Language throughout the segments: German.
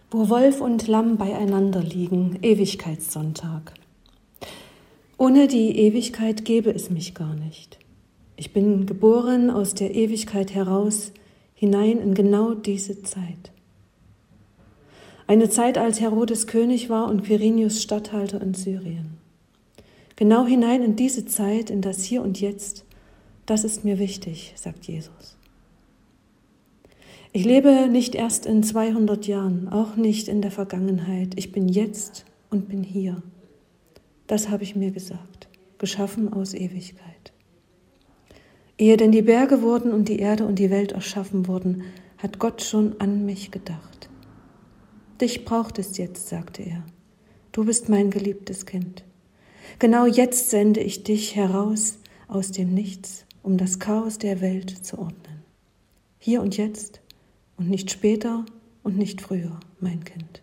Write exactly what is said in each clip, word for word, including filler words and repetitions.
Wo Wolf und Lamm beieinander liegen, Ewigkeitssonntag. Ohne die Ewigkeit gäbe es mich gar nicht. Ich bin geboren aus der Ewigkeit heraus, hinein in genau diese Zeit. Eine Zeit, als Herodes König war und Quirinius Statthalter in Syrien. Genau hinein in diese Zeit, in das Hier und Jetzt, das ist mir wichtig, sagt Jesus. Ich lebe nicht erst in zweihundert Jahren, auch nicht in der Vergangenheit. Ich bin jetzt und bin hier. Das habe ich mir gesagt, geschaffen aus Ewigkeit. Ehe denn die Berge wurden und die Erde und die Welt erschaffen wurden, hat Gott schon an mich gedacht. Dich braucht es jetzt, sagte er. Du bist mein geliebtes Kind. Genau jetzt sende ich dich heraus aus dem Nichts, um das Chaos der Welt zu ordnen. Hier und jetzt und nicht später und nicht früher, mein Kind.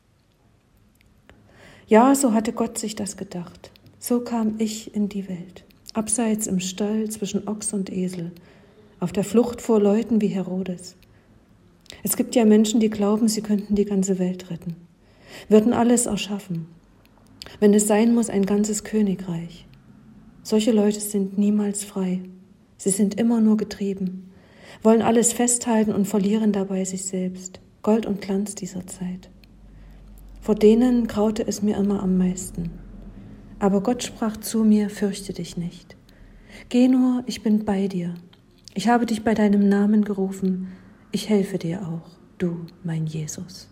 Ja, so hatte Gott sich das gedacht. So kam ich in die Welt, abseits im Stall zwischen Ochs und Esel, auf der Flucht vor Leuten wie Herodes. Es gibt ja Menschen, die glauben, sie könnten die ganze Welt retten, würden alles erschaffen, wenn es sein muss, ein ganzes Königreich. Solche Leute sind niemals frei. Sie sind immer nur getrieben, wollen alles festhalten und verlieren dabei sich selbst. Gold und Glanz dieser Zeit. Vor denen graute es mir immer am meisten. Aber Gott sprach zu mir, fürchte dich nicht. Geh nur, ich bin bei dir. Ich habe dich bei deinem Namen gerufen. Ich helfe dir auch, du, mein Jesus.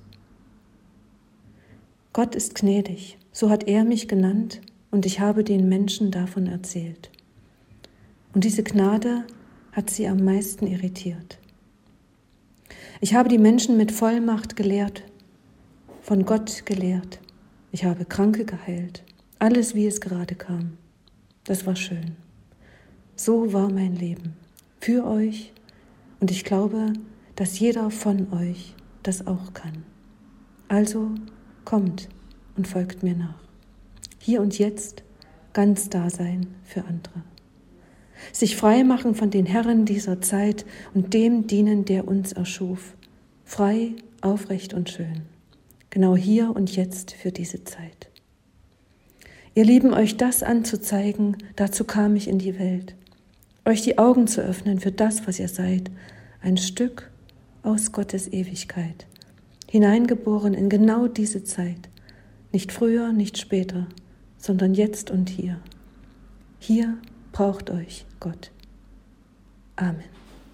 Gott ist gnädig, so hat er mich genannt und ich habe den Menschen davon erzählt. Und diese Gnade hat sie am meisten irritiert. Ich habe die Menschen mit Vollmacht gelehrt, von Gott gelehrt. Ich habe Kranke geheilt, alles wie es gerade kam. Das war schön. So war mein Leben für euch und ich glaube, dass jeder von euch das auch kann. Also kommt und folgt mir nach. Hier und jetzt ganz da sein für andere. Sich frei machen von den Herren dieser Zeit und dem dienen, der uns erschuf. Frei, aufrecht und schön. Genau hier und jetzt für diese Zeit. Ihr Lieben, euch das anzuzeigen, dazu kam ich in die Welt. Euch die Augen zu öffnen für das, was ihr seid. Ein Stück aus Gottes Ewigkeit. Hineingeboren in genau diese Zeit. Nicht früher, nicht später, sondern jetzt und hier. Hier braucht euch Gott. Amen.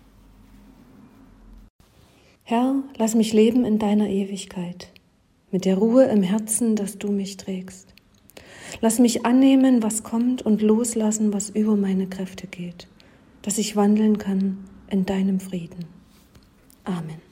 Herr, lass mich leben in deiner Ewigkeit, mit der Ruhe im Herzen, dass du mich trägst. Lass mich annehmen, was kommt und loslassen, was über meine Kräfte geht, dass ich wandeln kann in deinem Frieden. Amen.